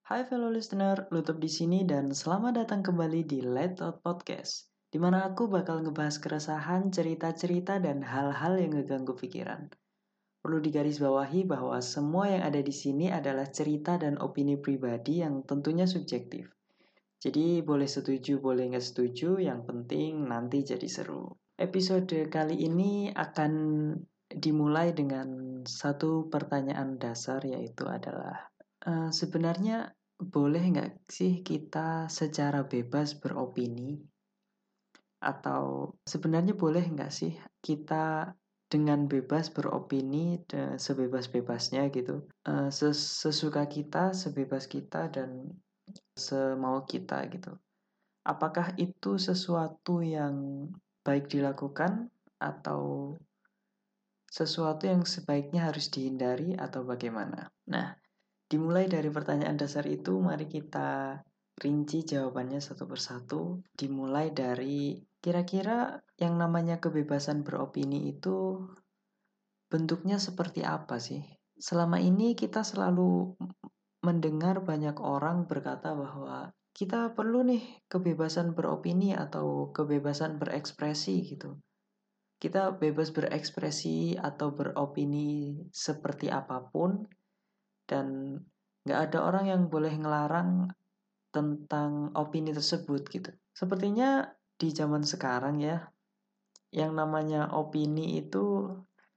Hai fellow listener, Lutup di sini dan selamat datang kembali di Let Out Podcast, di mana aku bakal ngebahas keresahan, cerita-cerita, dan hal-hal yang ngeganggu pikiran. Perlu digarisbawahi bahwa semua yang ada di sini adalah cerita dan opini pribadi yang tentunya subjektif. Jadi boleh setuju, boleh nggak setuju, yang penting nanti jadi seru. Episode kali ini akan dimulai dengan satu pertanyaan dasar, yaitu adalah sebenarnya boleh nggak sih kita secara bebas beropini? Atau sebenarnya boleh nggak sih kita dengan bebas beropini sebebas-bebasnya gitu? Sesuka kita, sebebas kita, dan semau kita gitu. Apakah itu sesuatu yang baik dilakukan atau sesuatu yang sebaiknya harus dihindari atau bagaimana? Nah, dimulai dari pertanyaan dasar itu, mari kita rinci jawabannya satu persatu. Dimulai dari kira-kira yang namanya kebebasan beropini itu bentuknya seperti apa sih? Selama ini kita selalu mendengar banyak orang berkata bahwa kita perlu nih kebebasan beropini atau kebebasan berekspresi gitu. Kita bebas berekspresi atau beropini seperti apapun, dan nggak ada orang yang boleh ngelarang tentang opini tersebut gitu. Sepertinya di zaman sekarang ya, yang namanya opini itu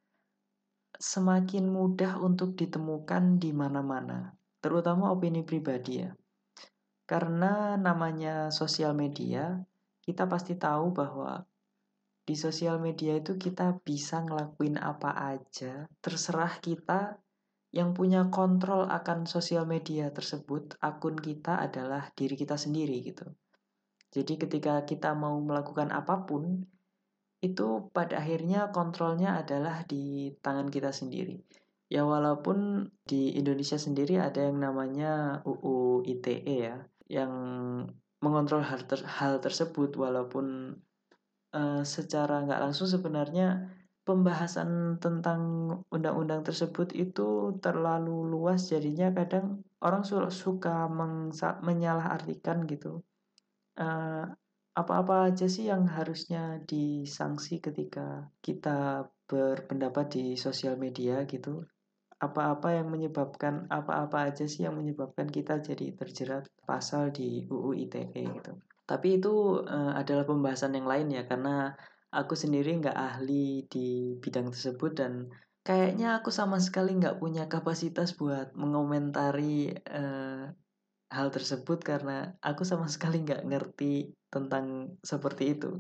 semakin mudah untuk ditemukan di mana-mana, terutama opini pribadi ya. Karena namanya sosial media, kita pasti tahu bahwa di sosial media itu kita bisa ngelakuin apa aja, terserah kita. Yang punya kontrol akan sosial media tersebut, akun kita adalah diri kita sendiri gitu. Jadi ketika kita mau melakukan apapun, itu pada akhirnya kontrolnya adalah di tangan kita sendiri. Ya walaupun di Indonesia sendiri ada yang namanya UU ITE ya, yang mengontrol hal tersebut, walaupun secara nggak langsung sebenarnya pembahasan tentang undang-undang tersebut itu terlalu luas, jadinya kadang orang suka menyalahartikan gitu. Eh, Apa-apa aja sih yang harusnya disanksi ketika kita berpendapat di sosial media gitu? Apa-apa aja sih yang menyebabkan kita jadi terjerat pasal di UU ITE gitu. Tapi itu adalah pembahasan yang lain ya, karena aku sendiri nggak ahli di bidang tersebut dan kayaknya aku sama sekali nggak punya kapasitas buat mengomentari hal tersebut karena aku sama sekali nggak ngerti tentang seperti itu.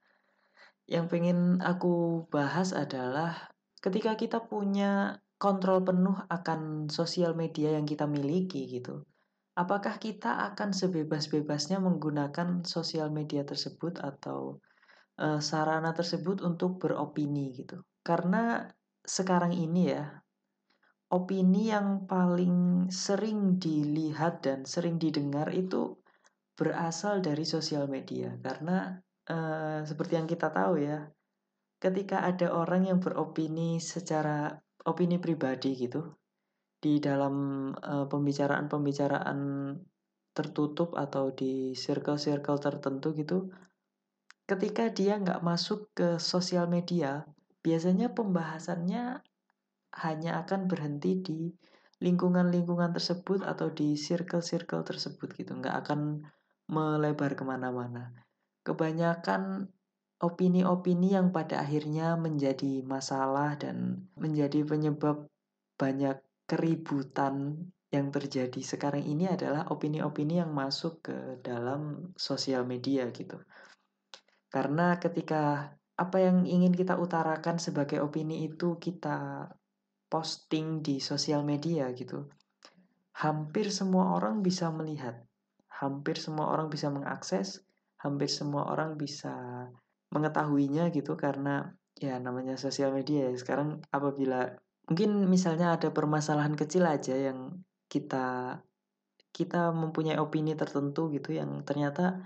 Yang pengen aku bahas adalah ketika kita punya kontrol penuh akan sosial media yang kita miliki gitu. Apakah kita akan sebebas-bebasnya menggunakan sosial media tersebut atau sarana tersebut untuk beropini gitu? Karena sekarang ini ya, opini yang paling sering dilihat dan sering didengar itu berasal dari sosial media. Karena seperti yang kita tahu ya, ketika ada orang yang beropini secara opini pribadi gitu, di dalam pembicaraan-pembicaraan tertutup atau di circle-circle tertentu gitu, ketika dia nggak masuk ke sosial media, biasanya pembahasannya hanya akan berhenti di lingkungan-lingkungan tersebut atau di circle-circle tersebut gitu, nggak akan melebar kemana-mana. Kebanyakan opini-opini yang pada akhirnya menjadi masalah dan menjadi penyebab banyak keributan yang terjadi sekarang ini adalah opini-opini yang masuk ke dalam sosial media gitu. Karena ketika apa yang ingin kita utarakan sebagai opini itu kita posting di sosial media gitu, hampir semua orang bisa melihat, hampir semua orang bisa mengakses, hampir semua orang bisa mengetahuinya gitu, karena ya namanya sosial media ya. Sekarang apabila mungkin misalnya ada permasalahan kecil aja yang kita kita mempunyai opini tertentu gitu yang ternyata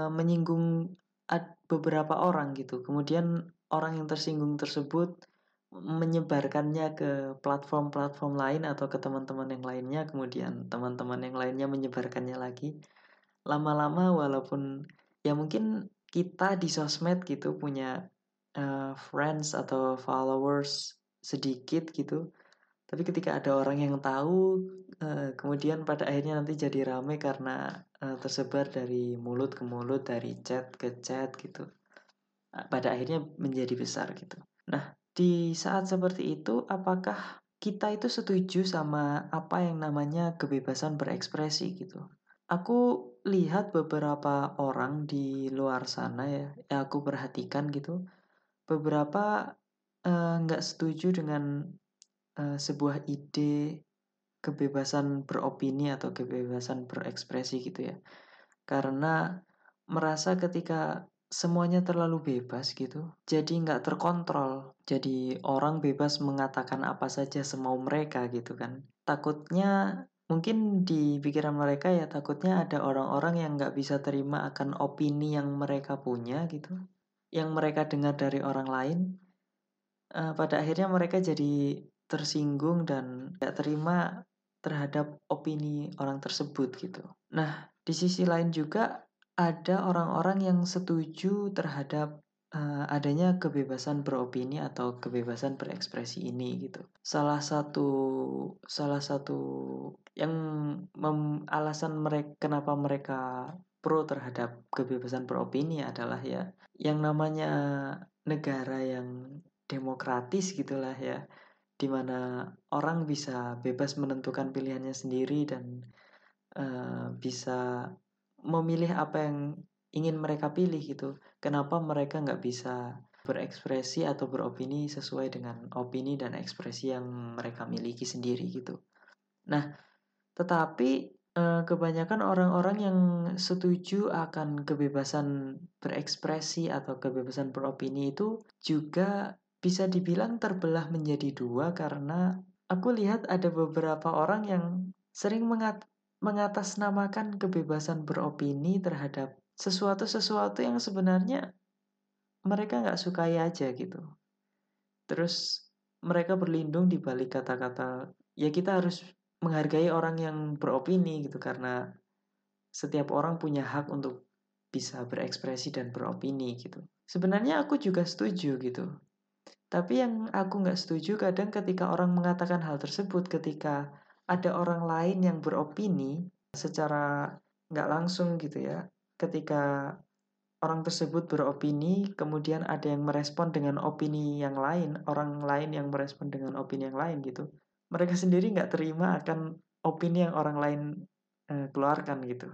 menyinggung beberapa orang gitu. Kemudian orang yang tersinggung tersebut menyebarkannya ke platform-platform lain atau ke teman-teman yang lainnya, kemudian teman-teman yang lainnya menyebarkannya lagi. Lama-lama walaupun ya mungkin kita di sosmed gitu punya friends atau followers sedikit gitu, tapi ketika ada orang yang tahu, kemudian pada akhirnya nanti jadi rame karena tersebar dari mulut ke mulut, dari chat ke chat gitu. Pada akhirnya menjadi besar gitu. Nah, di saat seperti itu, apakah kita itu setuju sama apa yang namanya kebebasan berekspresi gitu? Aku lihat beberapa orang di luar sana ya, yang aku perhatikan gitu, beberapa nggak setuju dengan sebuah ide kebebasan beropini atau kebebasan berekspresi gitu ya. Karena merasa ketika semuanya terlalu bebas gitu, jadi nggak terkontrol. Jadi orang bebas mengatakan apa saja semau mereka gitu kan. Takutnya mungkin di pikiran mereka ya takutnya ada orang-orang yang nggak bisa terima akan opini yang mereka punya gitu, yang mereka dengar dari orang lain. Pada akhirnya mereka jadi tersinggung dan nggak terima terhadap opini orang tersebut gitu. Nah, di sisi lain juga ada orang-orang yang setuju terhadap adanya kebebasan beropini atau kebebasan berekspresi ini gitu. Salah satu yang alasan mereka kenapa mereka pro terhadap kebebasan beropini adalah ya yang namanya negara yang demokratis gitulah ya, di mana orang bisa bebas menentukan pilihannya sendiri dan bisa memilih apa yang ingin mereka pilih gitu. Kenapa mereka nggak bisa berekspresi atau beropini sesuai dengan opini dan ekspresi yang mereka miliki sendiri gitu. Nah, tetapi kebanyakan orang-orang yang setuju akan kebebasan berekspresi atau kebebasan beropini itu juga bisa dibilang terbelah menjadi dua karena aku lihat ada beberapa orang yang sering mengatasnamakan kebebasan beropini terhadap sesuatu-sesuatu yang sebenarnya mereka nggak sukai aja gitu. Terus mereka berlindung di balik kata-kata, ya kita harus menghargai orang yang beropini gitu karena setiap orang punya hak untuk bisa berekspresi dan beropini gitu. Sebenarnya aku juga setuju gitu. Tapi yang aku nggak setuju kadang ketika orang mengatakan hal tersebut ketika ada orang lain yang beropini secara nggak langsung gitu ya. Ketika orang tersebut beropini, kemudian ada yang merespon dengan opini yang lain, orang lain yang merespon dengan opini yang lain gitu. Mereka sendiri nggak terima akan opini yang orang lain keluarkan gitu.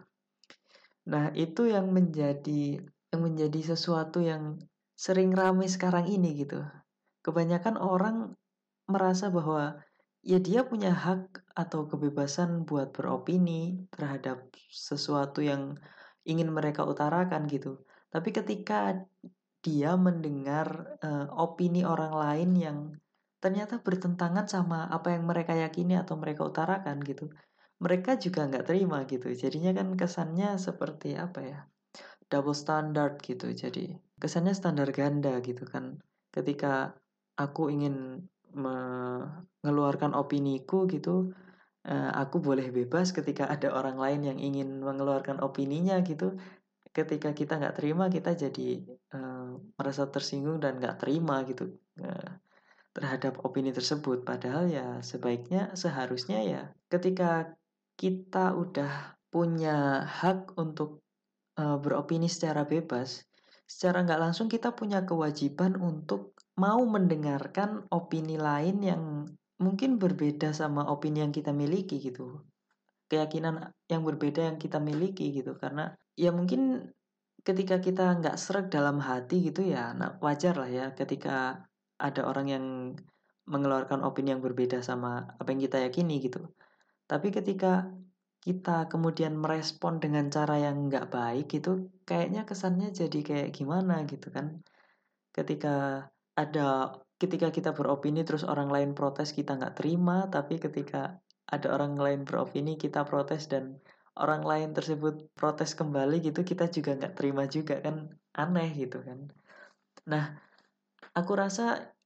Nah, itu yang menjadi sesuatu yang sering ramai sekarang ini gitu. Kebanyakan orang merasa bahwa ya dia punya hak atau kebebasan buat beropini terhadap sesuatu yang ingin mereka utarakan gitu. Tapi ketika dia mendengar opini orang lain yang ternyata bertentangan sama apa yang mereka yakini atau mereka utarakan gitu, mereka juga nggak terima gitu. Jadinya kan kesannya seperti apa ya? Double standard gitu. Jadi kesannya standar ganda gitu kan. Ketika aku ingin mengeluarkan opiniku gitu, aku boleh bebas ketika ada orang lain yang ingin mengeluarkan opininya gitu. Ketika kita nggak terima, kita jadi merasa tersinggung dan nggak terima gitu terhadap opini tersebut. Padahal ya seharusnya ya ketika kita udah punya hak untuk beropini secara bebas, secara nggak langsung kita punya kewajiban untuk mau mendengarkan opini lain yang mungkin berbeda sama opini yang kita miliki gitu. Keyakinan yang berbeda yang kita miliki gitu. Karena ya mungkin ketika kita nggak sreg dalam hati gitu ya, nah wajar lah ya ketika ada orang yang mengeluarkan opini yang berbeda sama apa yang kita yakini gitu. Tapi ketika kita kemudian merespon dengan cara yang nggak baik gitu, kayaknya kesannya jadi kayak gimana gitu kan. Ketika ketika kita beropini terus orang lain protes kita nggak terima, tapi ketika ada orang lain beropini kita protes dan orang lain tersebut protes kembali gitu, kita juga nggak terima juga kan, aneh gitu kan. Nah, aku rasa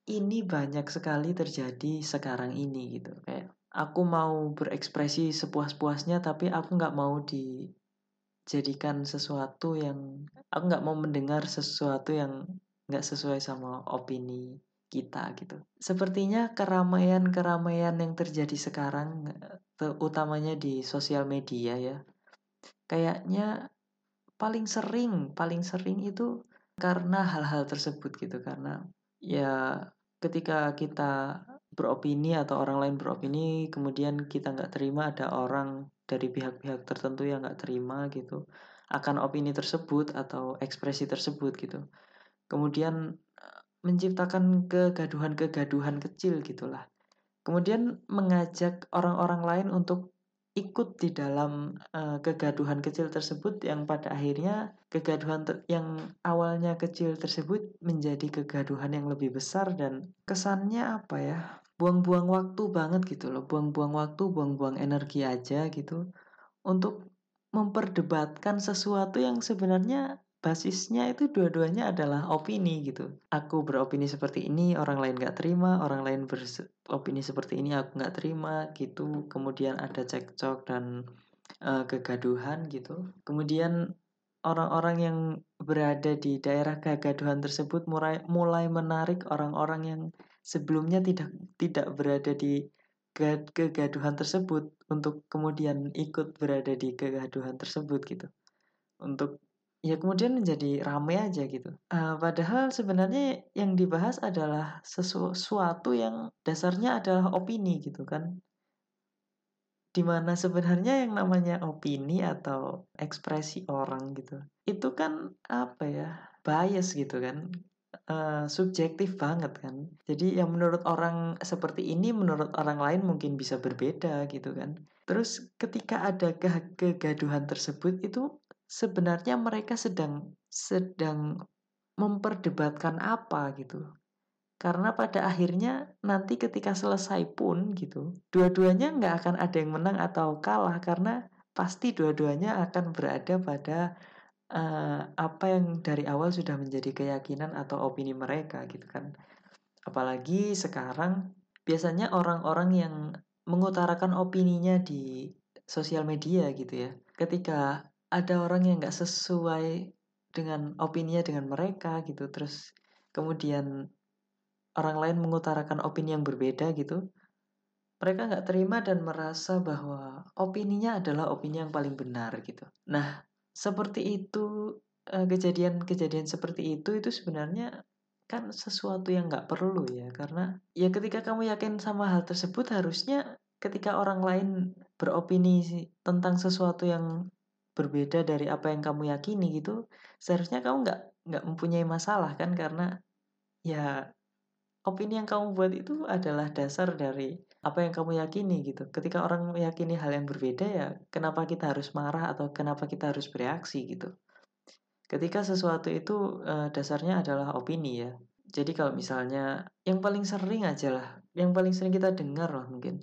ini banyak sekali terjadi sekarang ini gitu. Kayak aku mau berekspresi sepuas-puasnya tapi aku nggak mau dijadikan sesuatu yang aku nggak mau mendengar sesuatu yang nggak sesuai sama opini kita gitu. Sepertinya keramaian-keramaian yang terjadi sekarang, utamanya di sosial media ya, kayaknya paling sering itu karena hal-hal tersebut gitu. Karena ya ketika kita beropini atau orang lain beropini kemudian kita nggak terima, ada orang dari pihak-pihak tertentu yang nggak terima gitu akan opini tersebut atau ekspresi tersebut gitu. Kemudian menciptakan kegaduhan-kegaduhan kecil gitulah. Kemudian mengajak orang-orang lain untuk ikut di dalam, kegaduhan kecil tersebut yang pada akhirnya kegaduhan yang awalnya kecil tersebut menjadi kegaduhan yang lebih besar dan kesannya apa ya, buang-buang waktu banget gitu loh, buang-buang waktu, buang-buang energi aja gitu untuk memperdebatkan sesuatu yang sebenarnya basisnya itu dua-duanya adalah opini gitu. Aku beropini seperti ini, orang lain nggak terima, orang lain beropini seperti ini, aku nggak terima gitu. Kemudian ada cekcok dan kegaduhan gitu. Kemudian orang-orang yang berada di daerah kegaduhan tersebut mulai mulai menarik orang-orang yang sebelumnya tidak berada di kegaduhan tersebut untuk kemudian ikut berada di kegaduhan tersebut gitu. Untuk ya kemudian menjadi rame aja gitu. Padahal sebenarnya yang dibahas adalah sesuatu yang dasarnya adalah opini gitu kan. Dimana sebenarnya yang namanya opini atau ekspresi orang gitu, itu kan apa ya, bias gitu kan, subjektif banget kan. Jadi yang menurut orang seperti ini, menurut orang lain mungkin bisa berbeda gitu kan. Terus ketika ada kegaduhan tersebut itu sebenarnya mereka sedang sedang memperdebatkan apa gitu. Karena pada akhirnya nanti ketika selesai pun gitu, dua-duanya nggak akan ada yang menang atau kalah karena pasti dua-duanya akan berada pada apa yang dari awal sudah menjadi keyakinan atau opini mereka gitu kan. Apalagi sekarang biasanya orang-orang yang mengutarakan opininya di sosial media gitu ya. Ketika ada orang yang nggak sesuai dengan opininya dengan mereka gitu, terus kemudian orang lain mengutarakan opini yang berbeda gitu, mereka nggak terima dan merasa bahwa opininya adalah opini yang paling benar gitu. Nah, seperti itu, kejadian-kejadian seperti itu sebenarnya kan sesuatu yang nggak perlu ya, karena ya ketika kamu yakin sama hal tersebut harusnya ketika orang lain beropini tentang sesuatu yang berbeda dari apa yang kamu yakini gitu, seharusnya kamu nggak mempunyai masalah kan, karena ya opini yang kamu buat itu adalah dasar dari apa yang kamu yakini gitu. Ketika orang meyakini hal yang berbeda ya, kenapa kita harus marah atau kenapa kita harus bereaksi gitu. Ketika sesuatu itu dasarnya adalah opini ya. Jadi kalau misalnya yang paling sering aja lah, yang paling sering kita dengar lah mungkin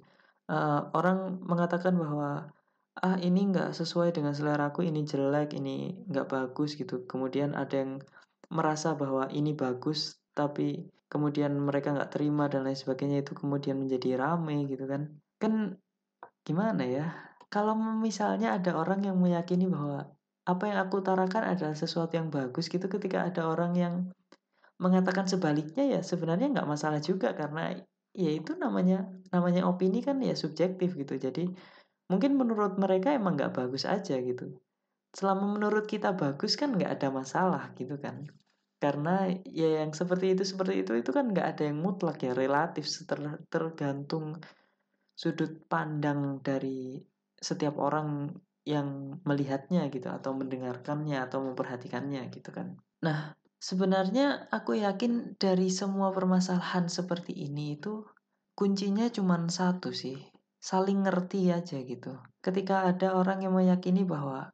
orang mengatakan bahwa ah ini nggak sesuai dengan seleraku, ini jelek, ini nggak bagus gitu. Kemudian ada yang merasa bahwa ini bagus, tapi kemudian mereka nggak terima dan lain sebagainya itu kemudian menjadi rame gitu kan. Kan gimana ya? Kalau misalnya ada orang yang meyakini bahwa apa yang aku utarakan adalah sesuatu yang bagus gitu, ketika ada orang yang mengatakan sebaliknya ya sebenarnya nggak masalah juga karena ya itu namanya namanya opini kan ya subjektif gitu. Jadi mungkin menurut mereka emang nggak bagus aja gitu. Selama menurut kita bagus kan nggak ada masalah gitu kan. Karena ya yang seperti itu kan nggak ada yang mutlak ya, relatif, tergantung sudut pandang dari setiap orang yang melihatnya gitu atau mendengarkannya atau memperhatikannya gitu kan. Nah, sebenarnya aku yakin dari semua permasalahan seperti ini itu kuncinya cuma satu sih, saling ngerti aja gitu. Ketika ada orang yang meyakini bahwa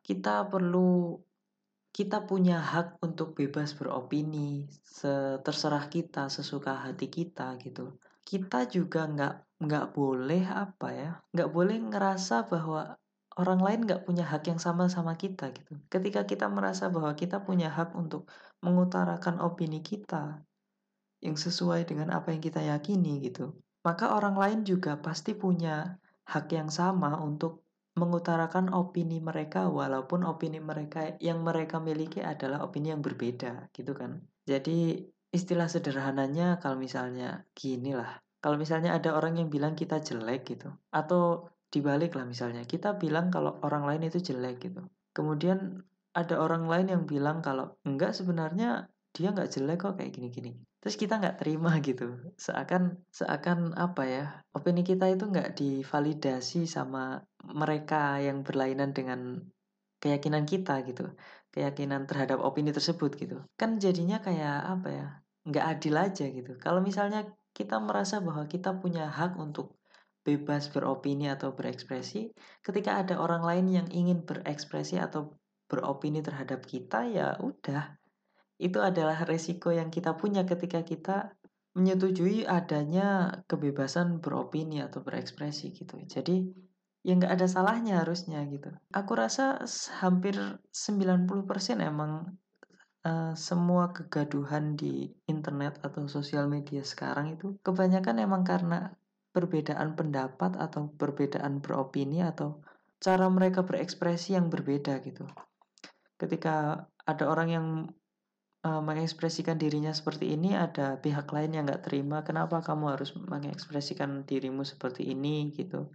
kita punya hak untuk bebas beropini, terserah kita, sesuka hati kita gitu. Kita juga nggak boleh apa ya, nggak boleh ngerasa bahwa orang lain nggak punya hak yang sama sama kita gitu. Ketika kita merasa bahwa kita punya hak untuk mengutarakan opini kita, yang sesuai dengan apa yang kita yakini gitu, maka orang lain juga pasti punya hak yang sama untuk mengutarakan opini mereka walaupun opini mereka yang mereka miliki adalah opini yang berbeda gitu kan. Jadi istilah sederhananya kalau misalnya gini lah, kalau misalnya ada orang yang bilang kita jelek gitu, atau dibalik lah misalnya kita bilang kalau orang lain itu jelek gitu, kemudian ada orang lain yang bilang kalau enggak, sebenarnya dia nggak jelek kok kayak gini-gini. Terus kita nggak terima gitu. Seakan apa ya, opini kita itu nggak divalidasi sama mereka yang berlainan dengan keyakinan kita gitu. Keyakinan terhadap opini tersebut gitu. Kan jadinya kayak apa ya, nggak adil aja gitu. Kalau misalnya kita merasa bahwa kita punya hak untuk bebas beropini atau berekspresi, ketika ada orang lain yang ingin berekspresi atau beropini terhadap kita, ya udah, itu adalah resiko yang kita punya ketika kita menyetujui adanya kebebasan beropini atau berekspresi gitu. Jadi ya nggak ada salahnya harusnya gitu. Aku rasa hampir 90% emang semua kegaduhan di internet atau sosial media sekarang itu kebanyakan emang karena perbedaan pendapat atau perbedaan beropini atau cara mereka berekspresi yang berbeda gitu. Ketika ada orang yang mengekspresikan dirinya seperti ini, ada pihak lain yang nggak terima, kenapa kamu harus mengekspresikan dirimu seperti ini gitu.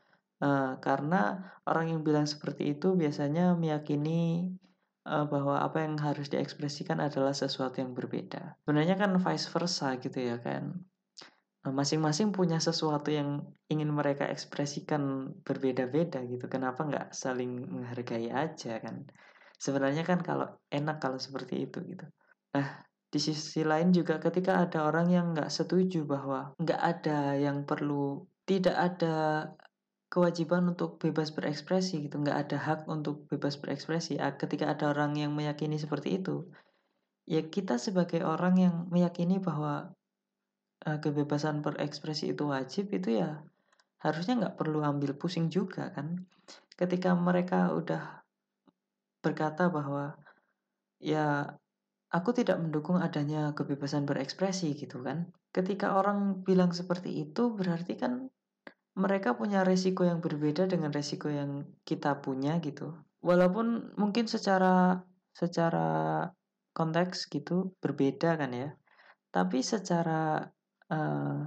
Karena orang yang bilang seperti itu biasanya meyakini bahwa apa yang harus diekspresikan adalah sesuatu yang berbeda. Sebenarnya kan vice versa gitu ya kan. Masing-masing punya sesuatu yang ingin mereka ekspresikan berbeda-beda gitu. Kenapa nggak saling menghargai aja kan? Sebenarnya kan kalau enak kalau seperti itu gitu. Nah, di sisi lain juga ketika ada orang yang nggak setuju bahwa nggak ada yang perlu, tidak ada kewajiban untuk bebas berekspresi gitu, nggak ada hak untuk bebas berekspresi. Ketika ada orang yang meyakini seperti itu, ya kita sebagai orang yang meyakini bahwa kebebasan berekspresi itu wajib, itu ya harusnya nggak perlu ambil pusing juga kan. Ketika mereka udah berkata bahwa ya aku tidak mendukung adanya kebebasan berekspresi gitu kan. Ketika orang bilang seperti itu berarti kan mereka punya resiko yang berbeda dengan resiko yang kita punya gitu. Walaupun mungkin secara secara konteks gitu berbeda kan ya. Tapi secara eh,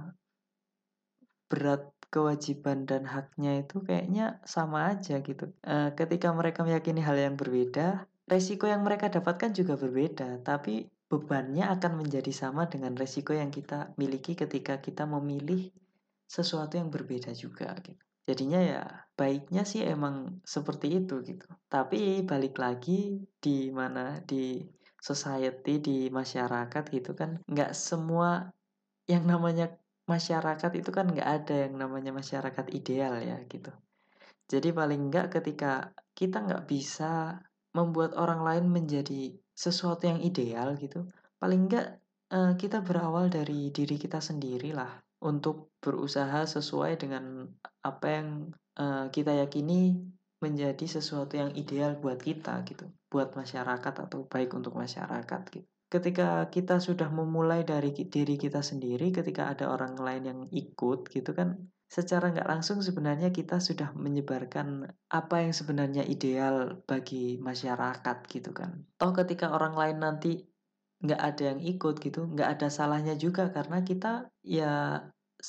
berat kewajiban dan haknya itu kayaknya sama aja gitu. Ketika mereka meyakini hal yang berbeda, resiko yang mereka dapatkan juga berbeda, tapi bebannya akan menjadi sama dengan resiko yang kita miliki ketika kita memilih sesuatu yang berbeda juga gitu. Jadinya ya baiknya sih emang seperti itu gitu. Tapi balik lagi di mana di society, di masyarakat gitu kan, nggak semua yang namanya masyarakat itu kan nggak ada yang namanya masyarakat ideal ya gitu. Jadi paling nggak ketika kita nggak bisa membuat orang lain menjadi sesuatu yang ideal gitu, paling nggak kita berawal dari diri kita sendiri lah untuk berusaha sesuai dengan apa yang kita yakini menjadi sesuatu yang ideal buat kita gitu, buat masyarakat atau baik untuk masyarakat gitu. Ketika kita sudah memulai dari diri kita sendiri, ketika ada orang lain yang ikut gitu kan, secara nggak langsung sebenarnya kita sudah menyebarkan apa yang sebenarnya ideal bagi masyarakat gitu kan. Toh ketika orang lain nanti nggak ada yang ikut gitu, nggak ada salahnya juga karena kita ya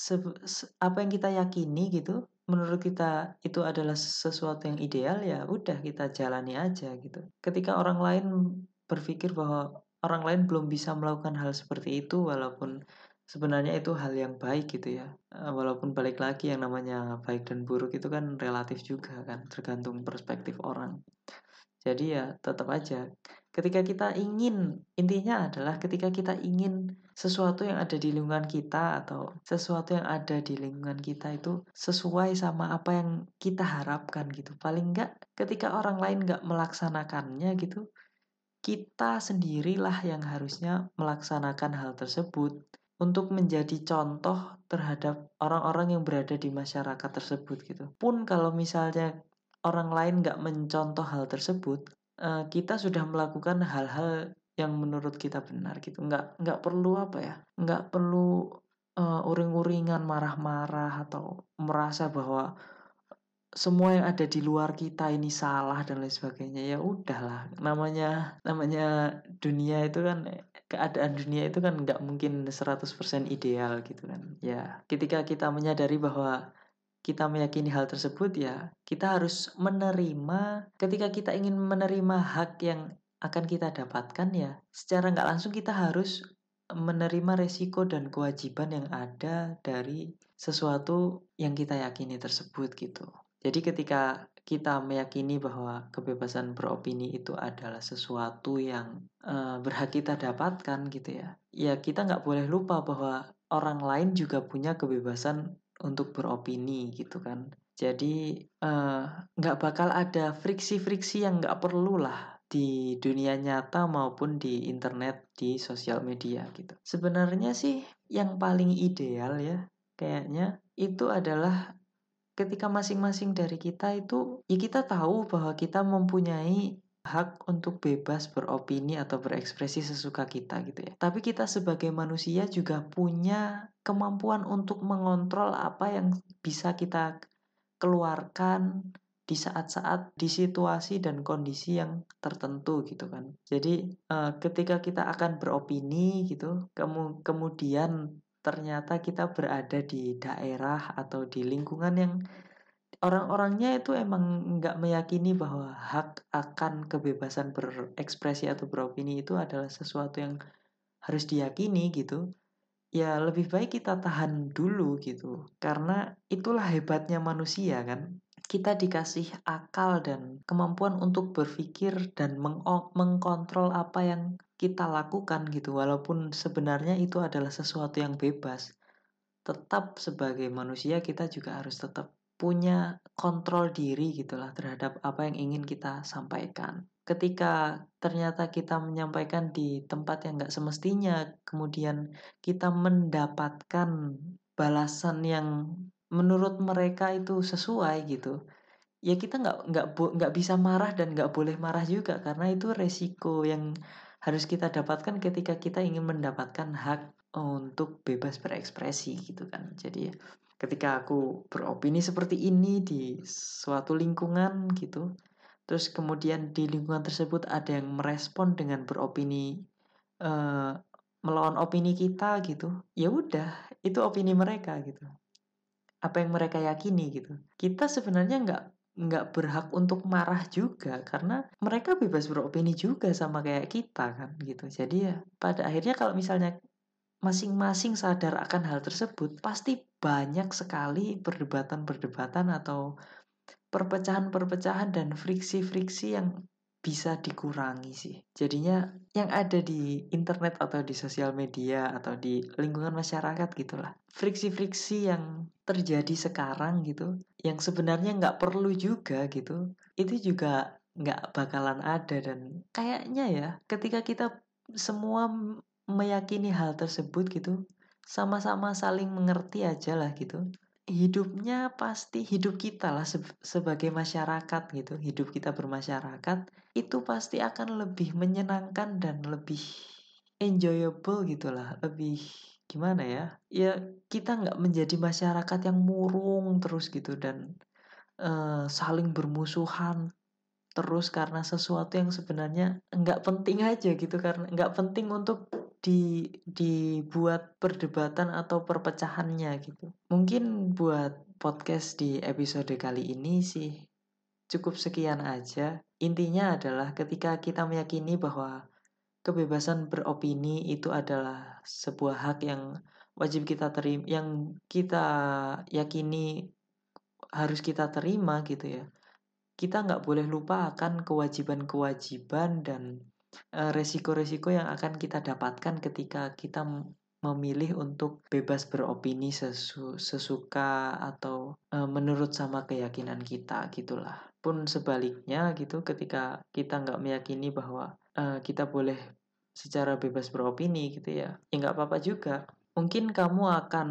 apa yang kita yakini gitu, menurut kita itu adalah sesuatu yang ideal, ya udah kita jalani aja gitu. Ketika orang lain berpikir bahwa orang lain belum bisa melakukan hal seperti itu walaupun sebenarnya itu hal yang baik gitu ya. Walaupun balik lagi yang namanya baik dan buruk itu kan relatif juga kan, tergantung perspektif orang. Jadi ya tetap aja ketika kita ingin, intinya adalah ketika kita ingin sesuatu yang ada di lingkungan kita atau sesuatu yang ada di lingkungan kita itu sesuai sama apa yang kita harapkan gitu. Paling enggak ketika orang lain enggak melaksanakannya gitu, kita sendirilah yang harusnya melaksanakan hal tersebut untuk menjadi contoh terhadap orang-orang yang berada di masyarakat tersebut gitu. Pun kalau misalnya orang lain nggak mencontoh hal tersebut, kita sudah melakukan hal-hal yang menurut kita benar gitu. Nggak perlu apa ya, nggak perlu uring-uringan marah-marah atau merasa bahwa semua yang ada di luar kita ini salah dan lain sebagainya. Ya udahlah, namanya namanya dunia itu kan, keadaan dunia itu kan nggak mungkin 100% ideal gitu kan. Ya, ketika kita menyadari bahwa kita meyakini hal tersebut, ya kita harus menerima. Ketika kita ingin menerima hak yang akan kita dapatkan, ya secara nggak langsung kita harus menerima resiko dan kewajiban yang ada dari sesuatu yang kita yakini tersebut gitu. Jadi ketika kita meyakini bahwa kebebasan beropini itu adalah sesuatu yang berhak kita dapatkan gitu ya, ya kita nggak boleh lupa bahwa orang lain juga punya kebebasan untuk beropini gitu kan. Jadi nggak bakal ada friksi-friksi yang nggak perlu lah di dunia nyata maupun di internet, di sosial media gitu. Sebenarnya sih yang paling ideal ya kayaknya itu adalah ketika masing-masing dari kita itu, ya kita tahu bahwa kita mempunyai hak untuk bebas beropini atau berekspresi sesuka kita gitu ya. Tapi kita sebagai manusia juga punya kemampuan untuk mengontrol apa yang bisa kita keluarkan di saat-saat, di situasi dan kondisi yang tertentu gitu kan. Jadi ketika kita akan beropini gitu, kemudian ternyata kita berada di daerah atau di lingkungan yang orang-orangnya itu emang nggak meyakini bahwa hak akan kebebasan berekspresi atau beropini itu adalah sesuatu yang harus diyakini gitu. Ya lebih baik kita tahan dulu gitu. Karena itulah hebatnya manusia kan. Kita dikasih akal dan kemampuan untuk berpikir dan mengkontrol apa yang kita lakukan gitu. Walaupun sebenarnya itu adalah sesuatu yang bebas. Tetap sebagai manusia kita juga harus tetap punya kontrol diri gitulah terhadap apa yang ingin kita sampaikan. Ketika ternyata kita menyampaikan di tempat yang nggak semestinya, kemudian kita mendapatkan balasan yang menurut mereka itu sesuai gitu, ya kita nggak bisa marah dan nggak boleh marah juga karena itu resiko yang harus kita dapatkan ketika kita ingin mendapatkan hak untuk bebas berekspresi gitu kan. Jadi ya, ketika aku beropini seperti ini di suatu lingkungan gitu, terus kemudian di lingkungan tersebut ada yang merespon dengan beropini eh, melawan opini kita gitu, ya udah itu opini mereka gitu, apa yang mereka yakini gitu. Kita sebenarnya nggak berhak untuk marah juga karena mereka bebas beropini juga sama kayak kita kan gitu. Jadi ya pada akhirnya kalau misalnya masing-masing sadar akan hal tersebut, pasti banyak sekali perdebatan-perdebatan atau perpecahan-perpecahan dan friksi-friksi yang bisa dikurangi sih. Jadinya yang ada di internet atau di sosial media atau di lingkungan masyarakat gitulah. Friksi-friksi yang terjadi sekarang gitu, yang sebenarnya nggak perlu juga gitu, itu juga nggak bakalan ada. Dan kayaknya ya ketika kita semua meyakini hal tersebut gitu, sama-sama saling mengerti aja lah gitu, hidupnya pasti hidup kita lah sebagai masyarakat gitu, hidup kita bermasyarakat itu pasti akan lebih menyenangkan dan lebih enjoyable gitulah, lebih gimana ya, ya kita nggak menjadi masyarakat yang murung terus gitu dan saling bermusuhan terus karena sesuatu yang sebenarnya nggak penting aja gitu, karena nggak penting untuk dibuat perdebatan atau perpecahannya gitu. Mungkin buat podcast di episode kali ini sih cukup sekian aja. Intinya adalah ketika kita meyakini bahwa kebebasan beropini itu adalah sebuah hak yang wajib kita terima, yang kita yakini harus kita terima gitu ya. Kita nggak boleh lupa akan kewajiban-kewajiban dan resiko-resiko yang akan kita dapatkan ketika kita memilih untuk bebas beropini sesuka atau menurut sama keyakinan kita gitulah. Pun sebaliknya gitu, ketika kita nggak meyakini bahwa kita boleh secara bebas beropini gitu ya, ya nggak apa-apa juga. Mungkin kamu akan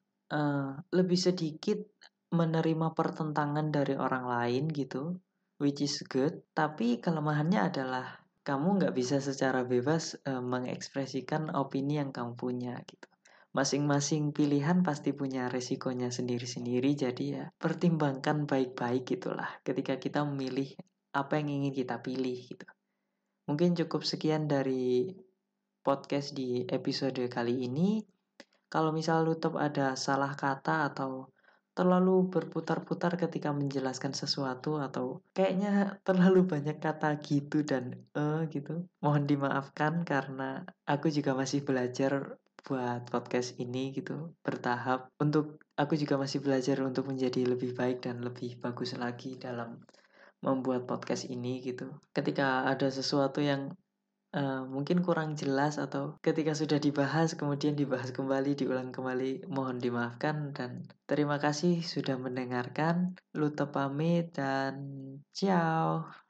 lebih sedikit menerima pertentangan dari orang lain gitu, which is good. Tapi kelemahannya adalah kamu nggak bisa secara bebas mengekspresikan opini yang kamu punya gitu. Masing-masing pilihan pasti punya resikonya sendiri-sendiri, jadi ya pertimbangkan baik-baik gitulah ketika kita memilih apa yang ingin kita pilih gitu. Mungkin cukup sekian dari podcast di episode kali ini. Kalau misal Lutep ada salah kata atau terlalu berputar-putar ketika menjelaskan sesuatu atau kayaknya terlalu banyak kata gitu dan gitu, mohon dimaafkan karena aku juga masih belajar buat podcast ini gitu, bertahap. Untuk aku juga masih belajar untuk menjadi lebih baik dan lebih bagus lagi dalam membuat podcast ini gitu. Ketika ada sesuatu yang mungkin kurang jelas atau ketika sudah dibahas kemudian dibahas kembali, diulang kembali, mohon dimaafkan dan terima kasih sudah mendengarkan. Luta pamit dan ciao.